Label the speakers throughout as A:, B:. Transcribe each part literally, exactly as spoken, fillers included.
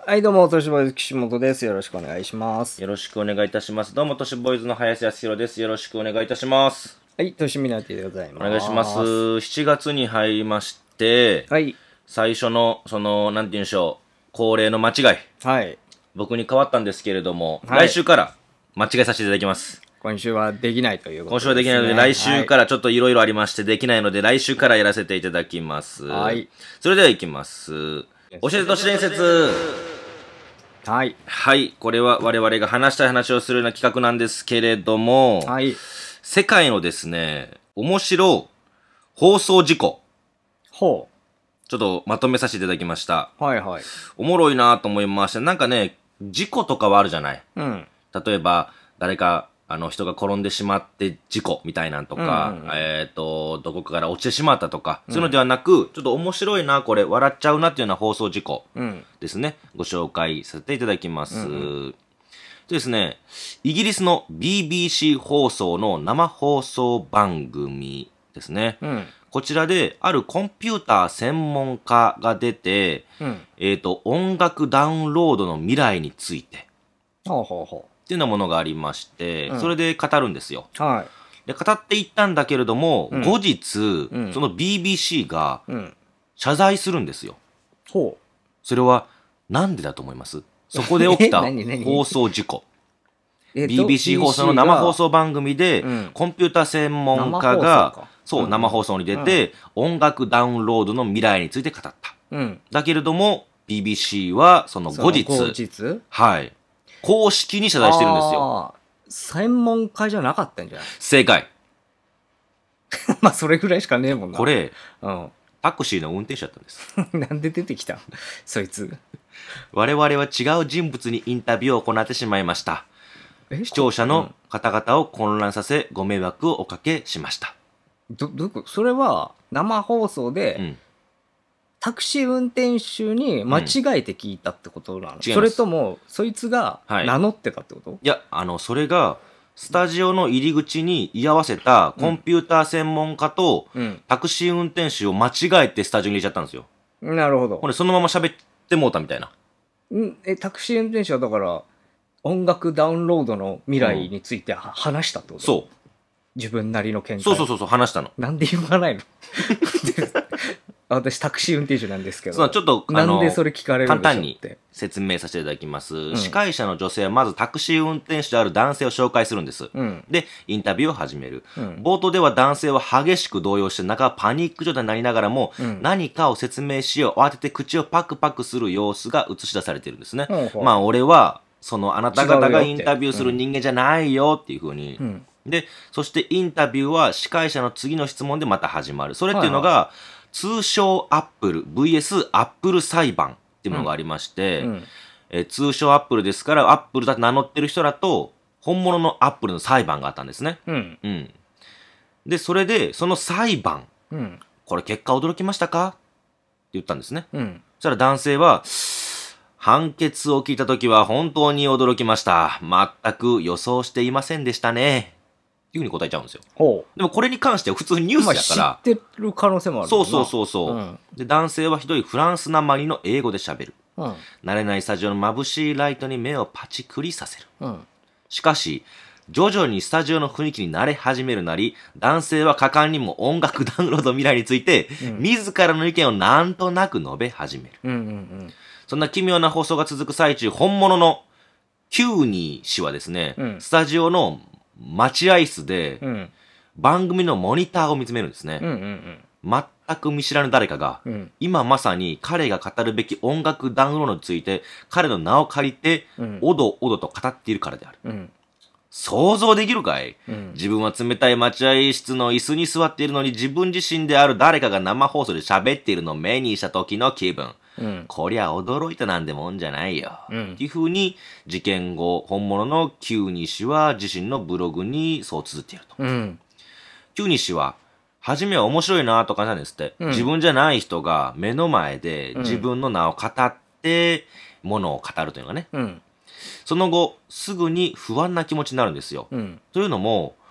A: はい、どうも、都市ボーイズ岸本です。よろしくお願いします。
B: よろしくお願いいたします。どうも、都市ボーイズの林康弘です。よろしくお願いいたします。
A: はい、都市ミナティでございます。
B: お願いします。しちがつに入りまして、
A: はい。
B: 最初の、その、なんて言うんでしょう、恒例の間違い。
A: はい。
B: 僕に変わったんですけれども、
A: はい、
B: 来週から間違いさせていただきます。
A: 今週はできないということですね。
B: 今週はできないので、来週からちょっといろいろありまして、できないので、来週からやらせていただきます。
A: はい。
B: それでは行きます。教えて都市伝説。
A: はい。
B: はい。これは我々が話したい話をするような企画なんですけれども、
A: はい。
B: 世界のですね、面白放送事故。
A: ほ
B: ちょっとまとめさせていただきました。
A: う。はいはい。
B: おもろいなと思いました。なんかね、事故とかはあるじゃない。
A: うん。
B: 例えば、誰か、あの人が転んでしまって事故みたいなんとか、
A: うんうんうん、
B: えっ、ー、と、どこかから落ちてしまったとか、そういうのではなく、ちょっと面白いな、これ、笑っちゃうなっていうような放送事故ですね。うん、ご紹介させていただきます。うんうん、でですね、イギリスの ビービーシー 放送の生放送番組ですね。うん、こちらで、あるコンピューター専門家が出て、うん、えっ、ー、と、音楽ダウンロードの未来について。
A: ほうほうほう。
B: っていうようなものがありまして、うん、それで語るんですよ。
A: はい。
B: で、語っていったんだけれども、うん、後日、うん、その ビービーシー が謝罪するんですよ。
A: ほう。
B: それはなんでだと思います？そこで起きた放送事故。ビービーシー 放送の生放送番組で、うん、コンピュータ専門家が、そう、うん、生放送に出て、うん、音楽ダウンロードの未来について語った。うん、だけれども、ビービーシー はその後日、
A: 後日
B: はい。公式に謝罪してるんですよ。
A: 専門家じゃなかったんじゃない？
B: 正解。
A: まあ、それぐらいしかねえもんな。
B: これ、うん、タクシーの運転手だったんです。
A: なんで出てきたそいつ。
B: 我々は違う人物にインタビューを行ってしまいました。視聴者の方々を混乱させ、ご迷惑をおかけしました。
A: ど、どういうこと？それは、生放送で、うん、タクシー運転手に間違えて聞いたってことなの？うん、それともそいつが名乗ってたってこと？
B: はい、いや、あのそれがスタジオの入り口に居合わせたコンピューター専門家と、うん、タクシー運転手を間違えてスタジオに入れちゃったんですよ。
A: なるほど。
B: ほんでそのまま喋ってもうたみたいな。
A: んえタクシー運転手はだから音楽ダウンロードの未来について、うん、話したってこと？
B: そう。
A: 自分なりの見解。
B: そうそうそうそう、話したの。
A: なんで言わないの？私タクシー運転手なんですけど。
B: そう、ちょっと、
A: なんでそれ聞かれるんでしょうって。
B: 簡単に説明させていただきます。うん、司会者の女性はまずタクシー運転手である男性を紹介するんです。うん、で、インタビューを始める、うん。冒頭では男性は激しく動揺して、中はパニック状態になりながらも、うん、何かを説明しよう、慌てて口をパクパクする様子が映し出されているんですね。うん、まあ、俺は、その、あなた方がインタビューする人間じゃないよっていう風に、うん、で、そしてインタビューは司会者の次の質問でまた始まる。それっていうのが、はいはい、通称アップル ブイエス アップル裁判っていうものがありまして、うんうん、え通称アップルですからアップルだと名乗ってる人らと本物のアップルの裁判があったんですね。うんうん、で、それでその裁判、うん、これ結果驚きましたかって言ったんですね。うん、そしたら男性は判決を聞いたときは本当に驚きました。全く予想していませんでしたね。っていうふうに答えちゃうんですよ。ほう。でもこれに関しては普通にニュースだから。
A: まあ、知ってる可能性もある。
B: そうそうそうそう、うん。で、男性はひどいフランスなまりの英語で喋る。うん。慣れないスタジオの眩しいライトに目をパチクリさせる。うん。しかし、徐々にスタジオの雰囲気に慣れ始めるなり、男性は果敢にも音楽ダウンロード未来について、うん、自らの意見をなんとなく述べ始める。うんうんうん。そんな奇妙な放送が続く最中、本物のキューニー氏はですね、うん、スタジオの待合室で、うん、番組のモニターを見つめるんですね。うんうんうん、全く見知らぬ誰かが、うん、今まさに彼が語るべき音楽ダウンロードについて、彼の名を借りて、うん、おどおどと語っているからである。うん、想像できるかい、うん、自分は冷たい待合室の椅子に座っているのに、自分自身である誰かが生放送で喋っているのを目にした時の気分。うん、こりゃ驚いたなんでもんじゃないよ、うん、っていう風に事件後本物のキューニー氏は自身のブログにそう綴っていると、うん、キューニー氏は初めは面白いなと感じたんですって、うん、自分じゃない人が目の前で自分の名を語ってものを語るというのがね、うん、その後すぐに不安な気持ちになるんですよ、うん、というのも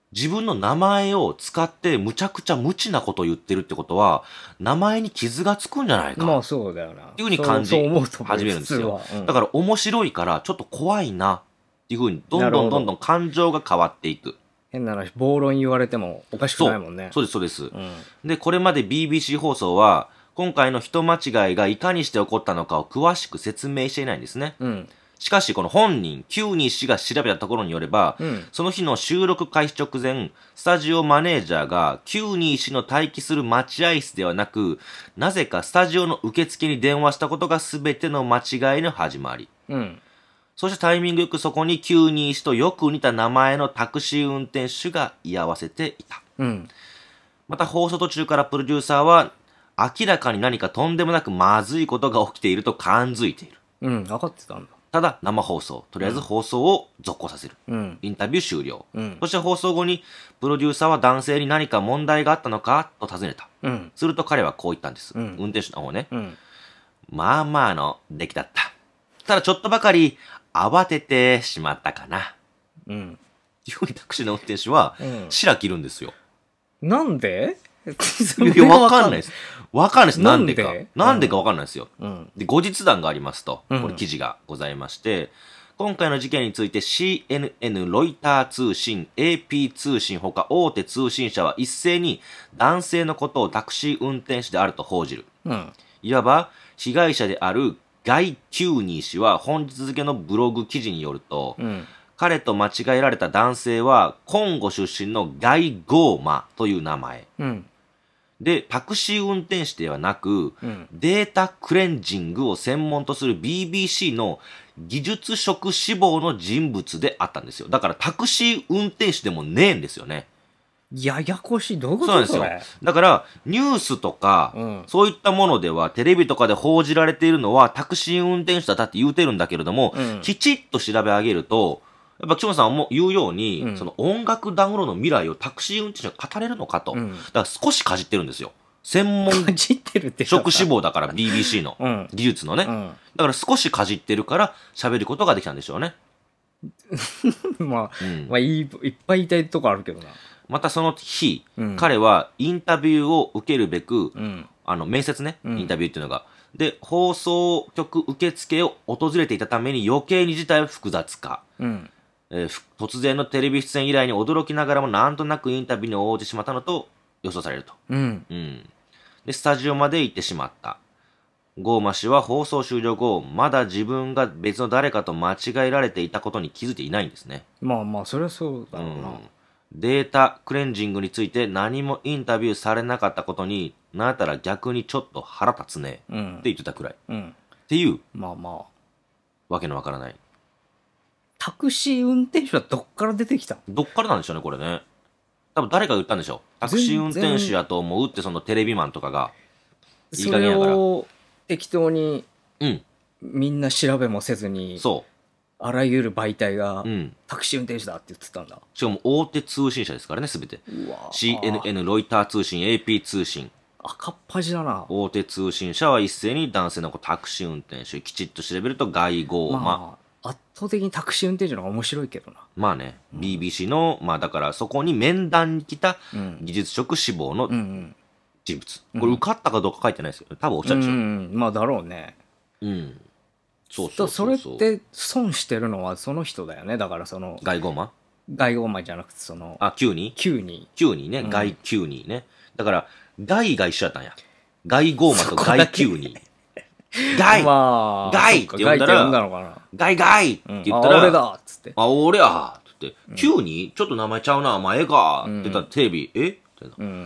B: 自分の名前を使ってむちゃくちゃ無知なことを言ってるってことは、名前に傷がつくんじゃないか。
A: まあそうだよな。
B: っていうふうに感じ始めるんですよ。うん、だから面白いからちょっと怖いなっていうふうにどんどんどんどん感情が変わっていく。
A: 変な話、暴論言われてもおかしくないもんね。
B: そうです、そうです、そうです。うん、で、これまで ビービーシー 放送は、今回の人間違いがいかにして起こったのかを詳しく説明していないんですね。うん、しかし、この本人、キューニー氏が調べたところによれば、うん、その日の収録開始直前、スタジオマネージャーが、キューニー氏の待機する待合室ではなく、なぜかスタジオの受付に電話したことが全ての間違いの始まり。うん、そしてタイミングよくそこにキューニー氏とよく似た名前のタクシー運転手が居合わせていた。うん、また放送途中からプロデューサーは、明らかに何かとんでもなくまずいことが起きていると感づいている。
A: うん、分かってたんだ。
B: ただ、生放送。とりあえず放送を続行させる。うん、インタビュー終了。うん、そして放送後に、プロデューサーは男性に何か問題があったのかと尋ねた。うん、すると彼はこう言ったんです。うん、運転手の方ね。うん、まあまあの出来だった。ただちょっとばかり慌ててしまったかな。うん。いうふうにタクシーの運転手は、白切るんですよ。
A: なんで
B: いや、わかんないです。わかんないです。なんでか。なんでかわかんないですよ。うん、で、後日談がありますと、これ記事がございまして、うん、今回の事件について シーエヌエヌ、ロイター通信、エーピー 通信ほか大手通信社は一斉に男性のことをタクシー運転手であると報じる。うん、いわば、被害者であるガイ・キューニー氏は本日付のブログ記事によると、うん、彼と間違えられた男性はコンゴ出身のガイ・ゴーマという名前。うんで、タクシー運転手ではなく、うん、データクレンジングを専門とする ビービーシー の技術職志望の人物であったんですよ。だからタクシー運転手でもねえんですよね。
A: ややこしい。どういうこと
B: そうなんですよ。だから、ニュースとか、うん、そういったものでは、テレビとかで報じられているのは、タクシー運転手だって言うてるんだけれども、うん、きちっと調べ上げると、やっぱ、岸本さんも言うように、うん、その音楽ダウンロードの未来をタクシー運転手が語れるのかと。うん、だから少しかじってるんですよ。専門職志望だから ビービーシー の技術のね。うん、だから少しかじってるから喋ることができたんでしょうね。
A: まあ、うん、まあいい、いっぱい言いたいとこあるけどな。
B: またその日、うん、彼はインタビューを受けるべく、うん、あの、面接ね、インタビューっていうのが。で、放送局受付を訪れていたために余計に事態は複雑化。うんえー、突然のテレビ出演依頼に驚きながらもなんとなくインタビューに応じてしまったのと予想されると。うん。うん。で、スタジオまで行ってしまった。ゴーマ氏は放送終了後、まだ自分が別の誰かと間違えられていたことに気づいていないんですね。
A: まあまあ、それはそうだろうな。うん、
B: データクレンジングについて何もインタビューされなかったことに、なったら逆にちょっと腹立つね、うん、って言ってたくらい。うん、っていう、
A: まあまあ、
B: わけのわからない。
A: タクシー運転手はどっから出てきた？
B: どっからなんでしょうね、これね。多分誰かが言ったんでしょう。タクシー運転手やと思うってそのテレビマンとかが。
A: いい加減やから。それを適当に、うん、みんな調べもせずに、そう。あらゆる媒体が、うん、タクシー運転手だって言ってたんだ。
B: しかも大手通信社ですからね、すべて。シーエヌエヌ、ロイター通信、エーピー 通信。
A: 赤っ端だな。
B: 大手通信社は一斉に男性のタクシー運転手、きちっと調べると外号、まあ、まあ
A: 圧倒的にタクシー運転手の方が面白いけどな。
B: まあね、うん、ビービーシー の、まあだからそこに面談に来た技術職志望の人物。うんうん、これ受かったかどうか書いてないですよ。多分おっしゃるでしょ。うん、
A: まあだろうね。うん。そうそうそうそう。それって損してるのはその人だよね。だからその。
B: 外号マ
A: 外号マじゃなくてその。
B: あ、キューニー
A: キューニ
B: ー キューニーね。外キューニーね。だから、外が一緒だったんや。外号マと外キューニー。ガイ、まあ、ガイって呼んだら、ガイガイって言ったら、
A: あ、俺だっつって。
B: あ、俺やって言って、急にちょっと名前ちゃうな、前かって言ったらテレビ、えって、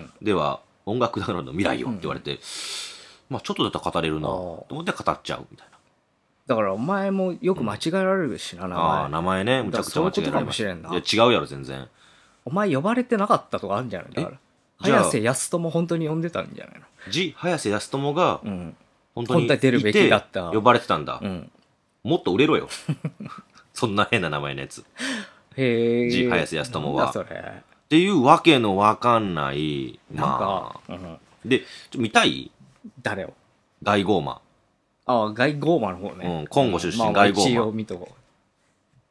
B: では、音楽ダウンロードの未来よって言われて、まあちょっとだったら語れるなと思って語っちゃうみたいな。
A: だからお前もよく間違えられるしな、名前。
B: ああ、名前ね、むちゃくちゃ間違えられる。そういうことかもしれんな。いや、違うやろ、全然。
A: お前呼ばれてなかったとかあるんじゃないだから。早瀬康友本当に呼んでたんじゃないの？
B: じ、早瀬康友が、うん。本当に
A: 出るべきだった
B: 呼ばれてたんだ、うん、もっと売れろよそんな変な名前のやつ。へえ。G 早瀬康友はそれっていうわけのわかんないまあ、うん、でちょ見たい
A: 誰を
B: ガイゴーマ。
A: ああガイゴーマの方ね、
B: うん、コンゴ出身、まあ、ガイゴーマ。
A: 一応見とこ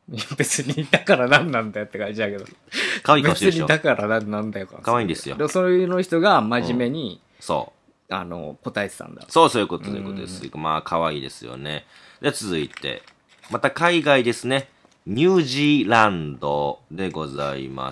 A: 別にだから何なんだよって感じだけど。
B: 可愛い顔してるでしょ。
A: 別にだから何なんだよか。
B: 可愛いんですよ。
A: でそういうの人が真面目に、
B: うん、そう。
A: あの、答えてたんだ。
B: そう、そういうこと、そういうことです。まあ、可愛いですよね。で、続いて、また海外ですね。ニュージーランドでございます。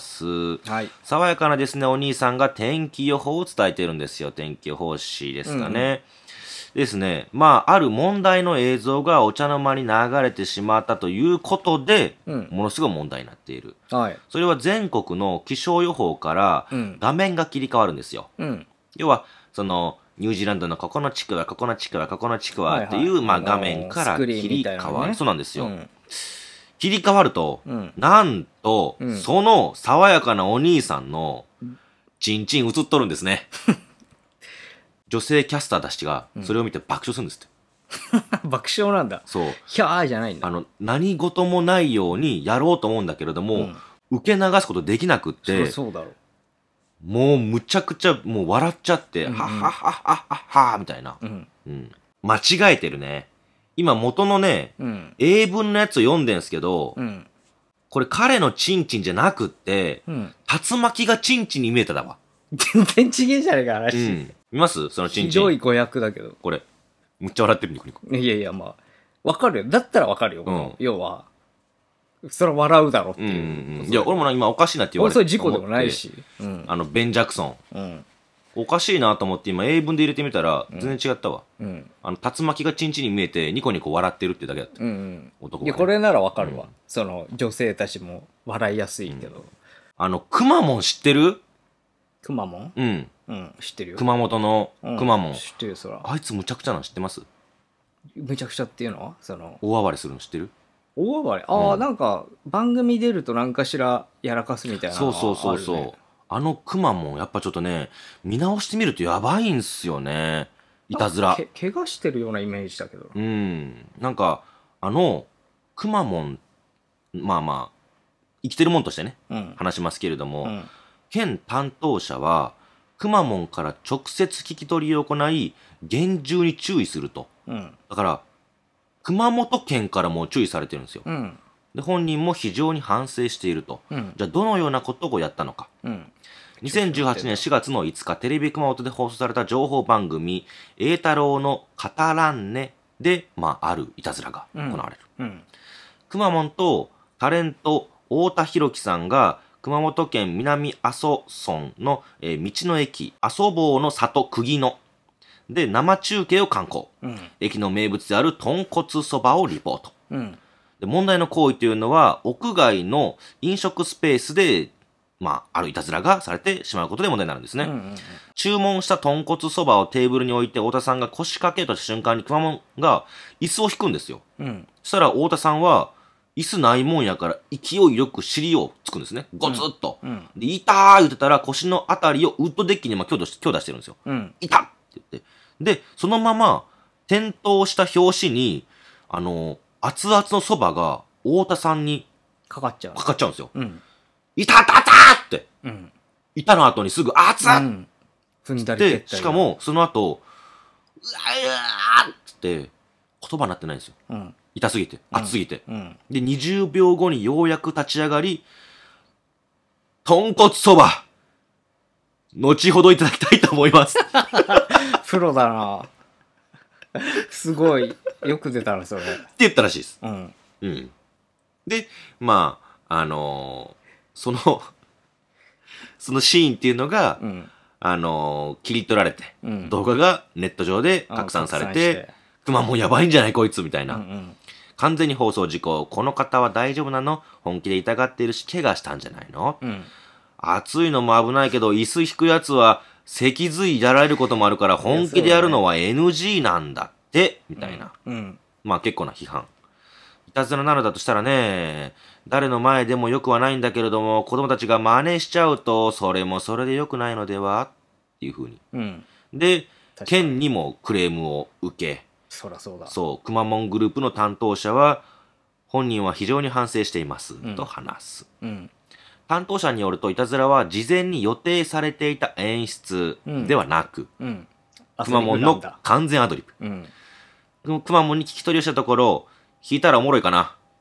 B: はい。爽やかなですね、お兄さんが天気予報を伝えてるんですよ。天気予報士ですかね。うん、ですね。まあ、ある問題の映像がお茶の間に流れてしまったということで、うん、ものすごい問題になっている。はい。それは全国の気象予報から画面が切り替わるんですよ。うん。要は、その、ニュージーランドのここの地区は、ここの地区は、ここの地区はっていう、はいはい、まあ画面から切り替わる。ね、そうなんですよ。うん、切り替わると、うん、なんと、うん、その爽やかなお兄さんの、チンチン映っとるんですね。女性キャスターたちが、それを見て爆笑するんです
A: って。爆笑なんだ。そう。ひゃーじゃないんだ。
B: あの、何事もないようにやろうと思うんだけれども、うん、受け流すことできなくって、
A: そうだろう。
B: もうむちゃくちゃもう笑っちゃって、うんうん、はっはっはっはっはーみたいな、うんうん。間違えてるね。今元のね、うん、英文のやつを読んでんすけど、うん、これ彼のチンチンじゃなくって、うん、竜巻がチンチンに見えただわ。
A: 全然ちげえじゃねえか話、うん。
B: 見ますそのチンチン。
A: ひどい語訳だけど。
B: これ。むっちゃ笑ってるニコニコ。
A: いやいや、まあ。わかるよ。だったらわかるよ。うん、要は。それは笑うだろっていう。うん
B: うん、いや、俺も今おかしいなって言われて。
A: 俺それ事故でもないし。
B: うん、あの、ベン・ジャクソン。うん、おかしいなと思って今英文で入れてみたら全然違ったわ。うん、あの、竜巻がチンチンに見えてニコニコ笑ってるってだけだった。うんうん、
A: 男が、ね。いや、これならわかるわ、うん。その、女性たちも笑いやすいけど。うん、
B: あの、くまモン知ってる？
A: くまモン？
B: うん。
A: うん、知ってるよ。
B: 熊本のくまモン。
A: 知ってるよ、そら。
B: あいつむちゃくちゃなの知ってます？
A: むちゃくちゃっていうのはその。
B: 大暴れするの知ってる？
A: 大暴れああ、うん、なんか番組出ると何かしらやらかすみたいな、
B: ね、そうそうそうそうあのクマもやっぱちょっとね見直してみるとやばいんすよね。いたずら
A: け怪我してるようなイメージだけど
B: うんなんかあのくまモンまあまあ生きてるもんとしてね、うん、話しますけれども、うん、県担当者はくまモンから直接聞き取りを行い厳重に注意すると、うん、だから熊本県からも注意されてるんですよ、うん、で本人も非常に反省していると、うん、じゃあどのようなことをやったのか、うん、にせんじゅうはちねんしがつのいつかテレビ熊本で放送された情報番組「栄太郎の語らんね」で、まあ、あるいたずらが行われる、うんうん、くまモンとタレント太田博樹さんが熊本県南阿蘇村の、えー、道の駅阿蘇坊の里釘野で生中継を敢行、うん、駅の名物である豚骨そばをリポート、うん、で問題の行為というのは屋外の飲食スペースで、まあ、あるいたずらがされてしまうことで問題になるんですね、うんうんうん、注文した豚骨そばをテーブルに置いて太田さんが腰掛けとした瞬間にくまモンが椅子を引くんですよ、うん、そしたら太田さんは椅子ないもんやから勢いよく尻をつくんですねゴツッと、うんうん、で痛ー言ってたら腰のあたりをウッドデッキにまあ強打し強打してるんですよ、うん、痛っって言ってで、そのまま、転倒した拍子に、あの、熱々のそばが、太田さんに、
A: かかっちゃう。
B: かかっちゃうんですよ。うん。いたたたって。うん。いたの後にすぐ、熱っ、うん、踏んだり蹴ったり。で、しかも、その後、うわーって、言葉になってないんですよ。うん。痛すぎて、熱すぎて。うん。うん、で、にじゅうびょうごにようやく立ち上がり、豚骨そば、後ほどいただきたいと思います。
A: プロだなすごいよく出たなそれって
B: 言ったらしいです、うんうん、でまああのー、そのそのシーンっていうのが、うん、あのー、切り取られて、うん、動画がネット上で拡散されてくまもうやばいんじゃないこいつみたいな、うんうん、完全に放送事故この方は大丈夫なの本気で痛がっているし怪我したんじゃないの、うん、暑いのも危ないけど椅子引くやつは脊髄やられることもあるから本気でやるのは エヌジー なんだって、みたいな、うんうん。まあ結構な批判。いたずらなのだとしたらね、誰の前でもよくはないんだけれども、子供たちが真似しちゃうと、それもそれでよくないのではっていうふうに。うん、で、県にもクレームを受け、
A: そらそうだ。
B: そう、くまモングループの担当者は、本人は非常に反省しています、うん、と話す。うん担当者によるといたずらは事前に予定されていた演出ではなく、うん、くまモンの完全アドリブ、うん、くまモンに聞き取りをしたところ弾いたらおもろいかな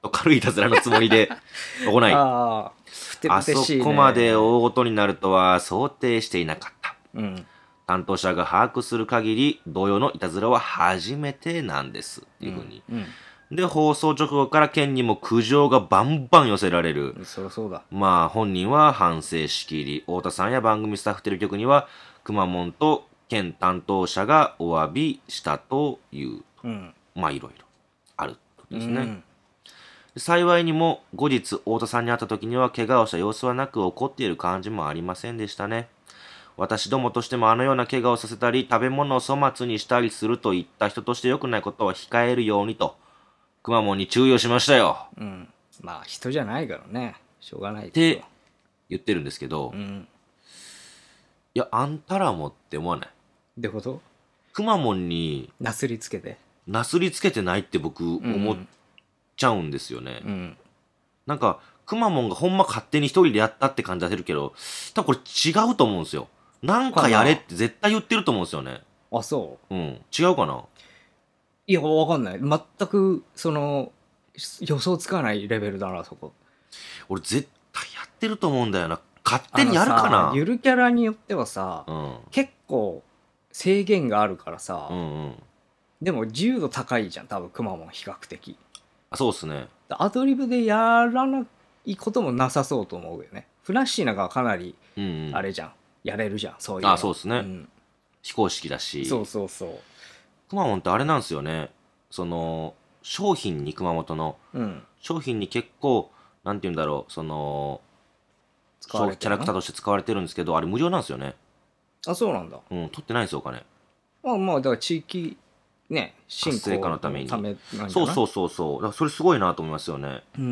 B: と軽いいたずらのつもりで行いあ, あそこまで大ごとになるとは想定していなかった、うん、担当者が把握する限り同様のいたずらは初めてなんですっていうふうに、うんうん、で放送直後から県にも苦情がバンバン寄せられる。
A: そりゃそうだ。
B: まあ本人は反省しきり、太田さんや番組スタッフテレビ局にはくまモンと県担当者がお詫びしたという、うん、まあいろいろあるですね、うん、幸いにも後日太田さんに会った時には怪我をした様子はなく怒っている感じもありませんでしたね。私どもとしてもあのような怪我をさせたり食べ物を粗末にしたりするといった人として良くないことは控えるようにとくまモンに注意をしましたよ、
A: うん、まあ人じゃないからね、しょうがない
B: って言ってるんですけど、うん、いやあんたらもって思わない？
A: ってこと？
B: くまモンに
A: なすりつけて
B: なすりつけてないって僕思っちゃうんですよね、うん、なんかくまモンがほんま勝手に一人でやったって感じ出せるけど多分これ違うと思うんですよ。なんかやれって絶対言ってると思うんですよね。
A: あ、そう。
B: うん。違うかな？
A: いや、わかんない。全く、その、予想つかないレベルだな、そこ。
B: 俺、絶対やってると思うんだよな。勝手にやるかな？
A: ゆるキャラによってはさ、うん、結構、制限があるからさ、うんうん、でも、自由度高いじゃん、多分、くまモン、比較的。
B: あ、そうっすね。
A: アドリブでやらないこともなさそうと思うよね。フラッシーなんかはかなり、あれじゃん。うんうん、やれるじゃん、そういうの。
B: あ、そうですね、うん、非公式だし。
A: そうそうそう。
B: くまモンってあれなんですよね。その商品に熊本の、うん、商品に結構なんて言うんだろう、そのキャラクターとして使われてるんですけど、あれ無料なんですよね。
A: あ、そうなんだ。
B: うん、取ってないんですよお金。
A: まあまあだから地域ね
B: 活性化のために。そうそうそうそう。だからそれすごいなと思いますよね。うん。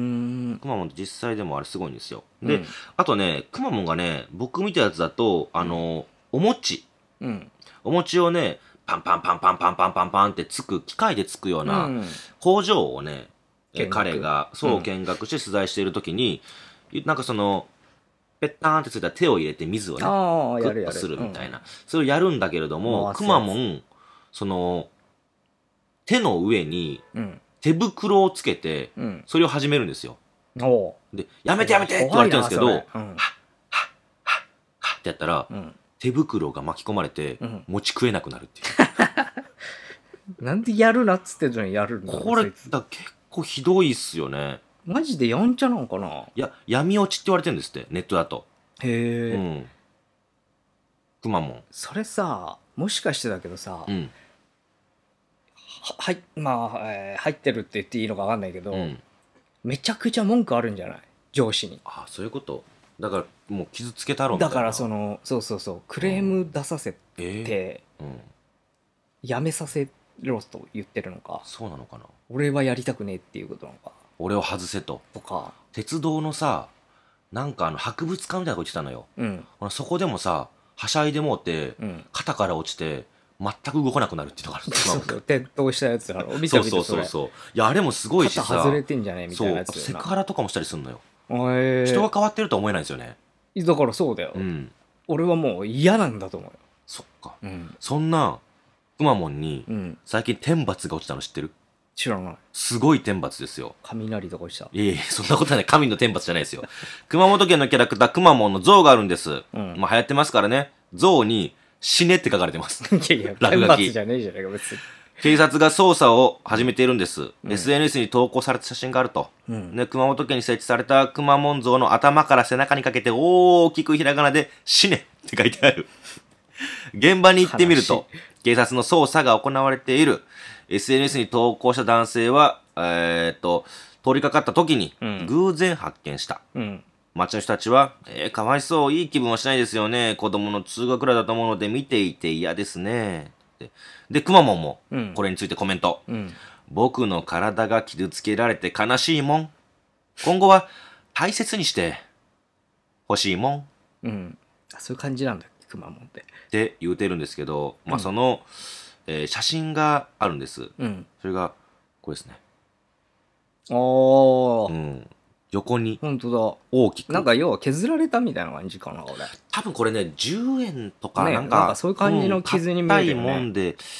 B: くまモンって実際でもあれすごいんですよ。で、うん、あとねくまモンがね僕見たやつだとあの、うん、お餅、うん、お餅をねパンパンパンパンパンパンパンパンってつく機械でつくような工場をね、うん、彼がそう見学して取材している時に、うん、なんかそのペッターンってついたら手を入れて水をねグッとするみたいな、うん、それをやるんだけれどもくまモンその手の上に手袋をつけてそれを始めるんですよ、うん、でやめてやめてって言われてるんですけど、うん、はっはっはっはっってやったら、うん、手袋が巻き込まれて、うん、餅食えなくなるっていう
A: なんでやるなっつってんのにやるんだ。
B: これだ結構ひどいっすよね。
A: マジでやんちゃなのかな。
B: いや闇落ちって言われてるんですってネットだと。へえ、うん、くまモン
A: それさもしかしてだけどさ、うん、ははいまあ、えー、入ってるって言っていいのか分かんないけど、うん、めちゃくちゃ文句あるんじゃない上司に。
B: ああそういうこと。だからもう傷つけたろみたいな。
A: だからそのそうそうそうクレーム出させて、うんえーうん、やめさせろと言ってるのか。
B: そうなのかな。
A: 俺はやりたくねえっていうことなのか。
B: 俺を外せと。とか鉄道のさなんかあの博物館みたいなとこ行ってたのよ、うん、そこでもさはしゃいでもうて、うん、肩から落ちて全く動かなくなるっていうのがあるんですよ。
A: 転倒したやつだろ。見
B: た見たそうそうそうそう。いやあれもすごいしさ
A: 肩外れてんじゃねえみたいなやつ。
B: セクハラとかもしたりするのよ。えー、人が変わってるとは思えないんですよね。
A: だからそうだよ、うん、俺はもう嫌なんだと思うよ。
B: そっか、うん、そんなくまモンに、うん、最近天罰が落ちたの知ってる？
A: 知らない。
B: すごい天罰ですよ。
A: 雷とか落ちた？
B: いやいやそんなことはない。神の天罰じゃないですよ。熊本県のキャラクターくまモンの像があるんです、うん、まあ流行ってますからね。像に死ねって書かれてます。
A: いやいや天罰じゃねえじゃないか別に。
B: 警察が捜査を始めているんです、うん、エスエヌエス に投稿された写真があると、うん、で熊本県に設置されたくまモン像の頭から背中にかけて大きくひらがなで死ねって書いてある。現場に行ってみると警察の捜査が行われている。 エスエヌエス に投稿した男性はえー、っと通りかかった時に偶然発見した、うん、町の人たちは、えー、かわいそう、いい気分はしないですよね、子供の通学路だと思うので見ていて嫌ですね。でくまモンもこれについてコメント、うんうん、僕の体が傷つけられて悲しいもん、今後は大切にして欲しいもん、
A: うん、そういう感じなんだくまモンって
B: って言うてるんですけど、まあその、うんえー、写真があるんです、うん、それがこれですね。ああ、うん、横に
A: 本当だ
B: 大きく
A: なんか要は削られたみたいな感じかな。俺
B: 多分これねじゅうえんとかなんか、ね、なんか
A: そういう感じの傷に見えるよね、
B: 硬いもんで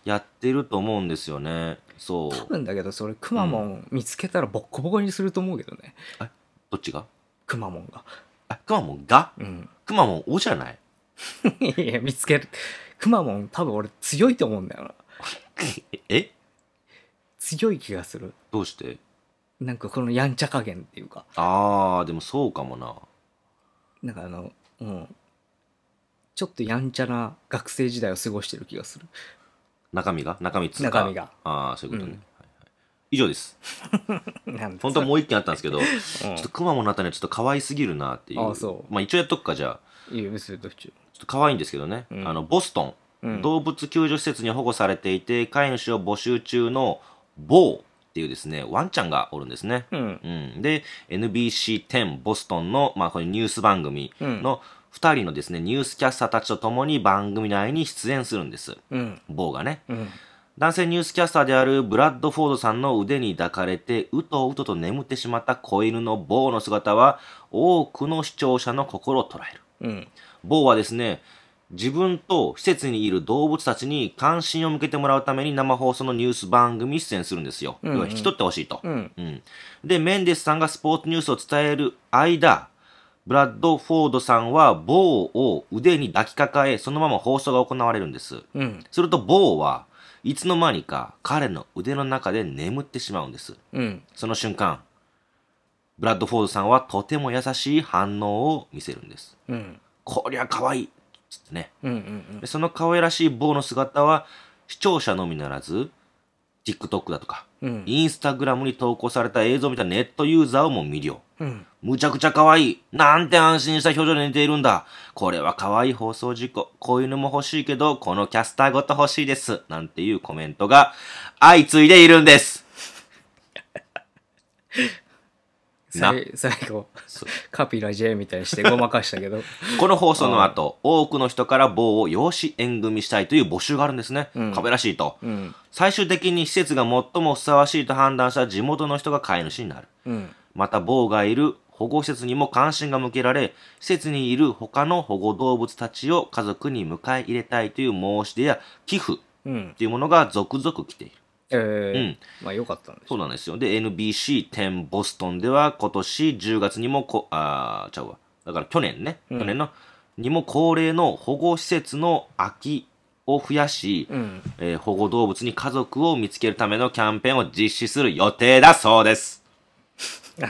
B: やってると思うんですよね。そう
A: 多分だけどそれくまモン見つけたらボッコボコにすると思うけどね、
B: うん、どっちが？
A: くまモンが。
B: あ、くまモンが？
A: うん。
B: くまモンおじゃない？
A: いや見つける。くまモン多分俺強いと思うんだよな。
B: え？
A: 強い気がする。
B: どうして？
A: なんかこのやんちゃ加減っていうか。
B: あーでもそうかもな。
A: なんかあのうんちょっとやんちゃな学生時代を過ごしてる気がする。
B: 中身が中身つうか
A: 中身が。
B: ああそういうことね、うんはいはい、以上です。本当はもう一件あったんですけど、うん、ちょっとくまモンのあたりはちょっと可愛すぎるなっていう。
A: あそう。
B: まあ一応やっとくかじゃあ。
A: いいよ別にどっち。
B: ちょっと可愛いんですけどね、うん、あのボストン、うん、動物救助施設に保護されていて飼い主を募集中のボーっていうですねワンちゃんがおるんですね、うんうん、で エヌビーシーテン ボストンの、まあ、これニュース番組のふたりのですねニュースキャスターたちと共に番組内に出演するんです、うん、ボーがね、うん、男性ニュースキャスターであるブラッドフォードさんの腕に抱かれてうとうとと眠ってしまった子犬のボーの姿は多くの視聴者の心を捉える、うんボーはですね、自分と施設にいる動物たちに関心を向けてもらうために生放送のニュース番組に出演するんですよ。うんうん、要は引き取ってほしいと、うんうん。で、メンデスさんがスポーツニュースを伝える間、ブラッドフォードさんはボーを腕に抱きかかえ、そのまま放送が行われるんです。うん、するとボーはいつの間にか彼の腕の中で眠ってしまうんです。うん、その瞬間、ブラッドフォードさんはとても優しい反応を見せるんです。うんこりゃ可愛いっつってね、うんうんうん、でその可愛らしいボーの姿は視聴者のみならず TikTok だとか、うん、インスタグラムに投稿された映像を見たネットユーザーをも魅了、うん、むちゃくちゃ可愛いなんて安心した表情で寝ているんだこれは可愛い放送事故こういうのも欲しいけどこのキャスターごと欲しいですなんていうコメントが相次いでいるんです
A: 最後カピラ J みたいにしてごまかしたけど
B: この放送の後多くの人からボーを養子縁組したいという募集があるんですね、うん、可愛らしいと、うん、最終的に施設が最もふさわしいと判断した地元の人が飼い主になる、うん、またボーがいる保護施設にも関心が向けられ施設にいる他の保護動物たちを家族に迎え入れたいという申し出や寄付というものが続々来ている、
A: えー、うん。まあ良かったんです。
B: そうなんですよ。で、エヌビーシーテン ボストンでは今年じゅうがつにもこ、あー、ちゃうわ。だから去年ね、うん、去年の、にも恒例の保護施設の空きを増やし、うん、えー、保護動物に家族を見つけるためのキャンペーンを実施する予定だそうです。
A: はい。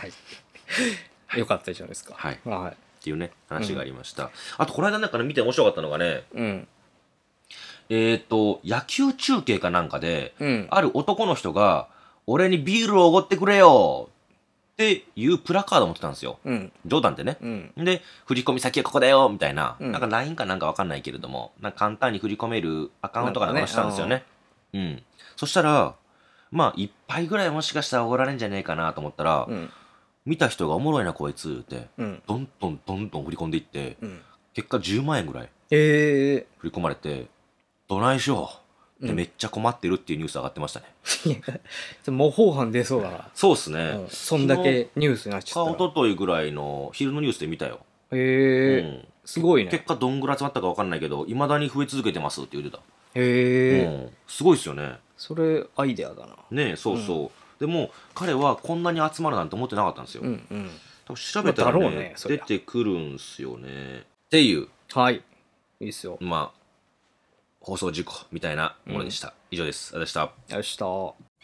A: よかったじゃないですか。
B: はい。はい。っていうね、話がありました。うん、あと、この間なんかね、見て面白かったのがね、うん。えっと、野球中継かなんかで、うん、ある男の人が、俺にビールをおごってくれよっていうプラカード持ってたんですよ。うん、冗談でね、うん。で、振り込み先はここだよみたいな、うん、なんか ライン かなんかわかんないけれども、なんか簡単に振り込めるアカウントかなんかしたんですよね。うん。そしたら、まあ、一杯ぐらいもしかしたらおごられんじゃねえかなと思ったら、うん、見た人がおもろいなこいつって、うん、どんどんどんどん振り込んでいって、うん、結果じゅうまんえんぐらい振り込まれて、えーどないしようってめっちゃ困ってるっていうニュース上がってましたね。
A: うん、模倣犯出そうだな。
B: そうっすね、
A: うん。そんだけニュースになっちゃったら。
B: おとといぐらいの昼のニュースで見たよ。
A: へえ、うん、すごいね。
B: 結果どんぐらい集まったか分かんないけどいまだに増え続けてますって言ってた。
A: へえ、
B: うん、すごいっすよね。
A: それアイデアだな。
B: ねえそうそう、うん、でも彼はこんなに集まるなんて思ってなかったんですよ。うんうん、多分調べたら ね, ね出てくるんすよねっていう。
A: はいいいっすよ。
B: まあ放送事故みたいなものでした、うん、以上です。ありがとうございました。
A: ありがとうございました。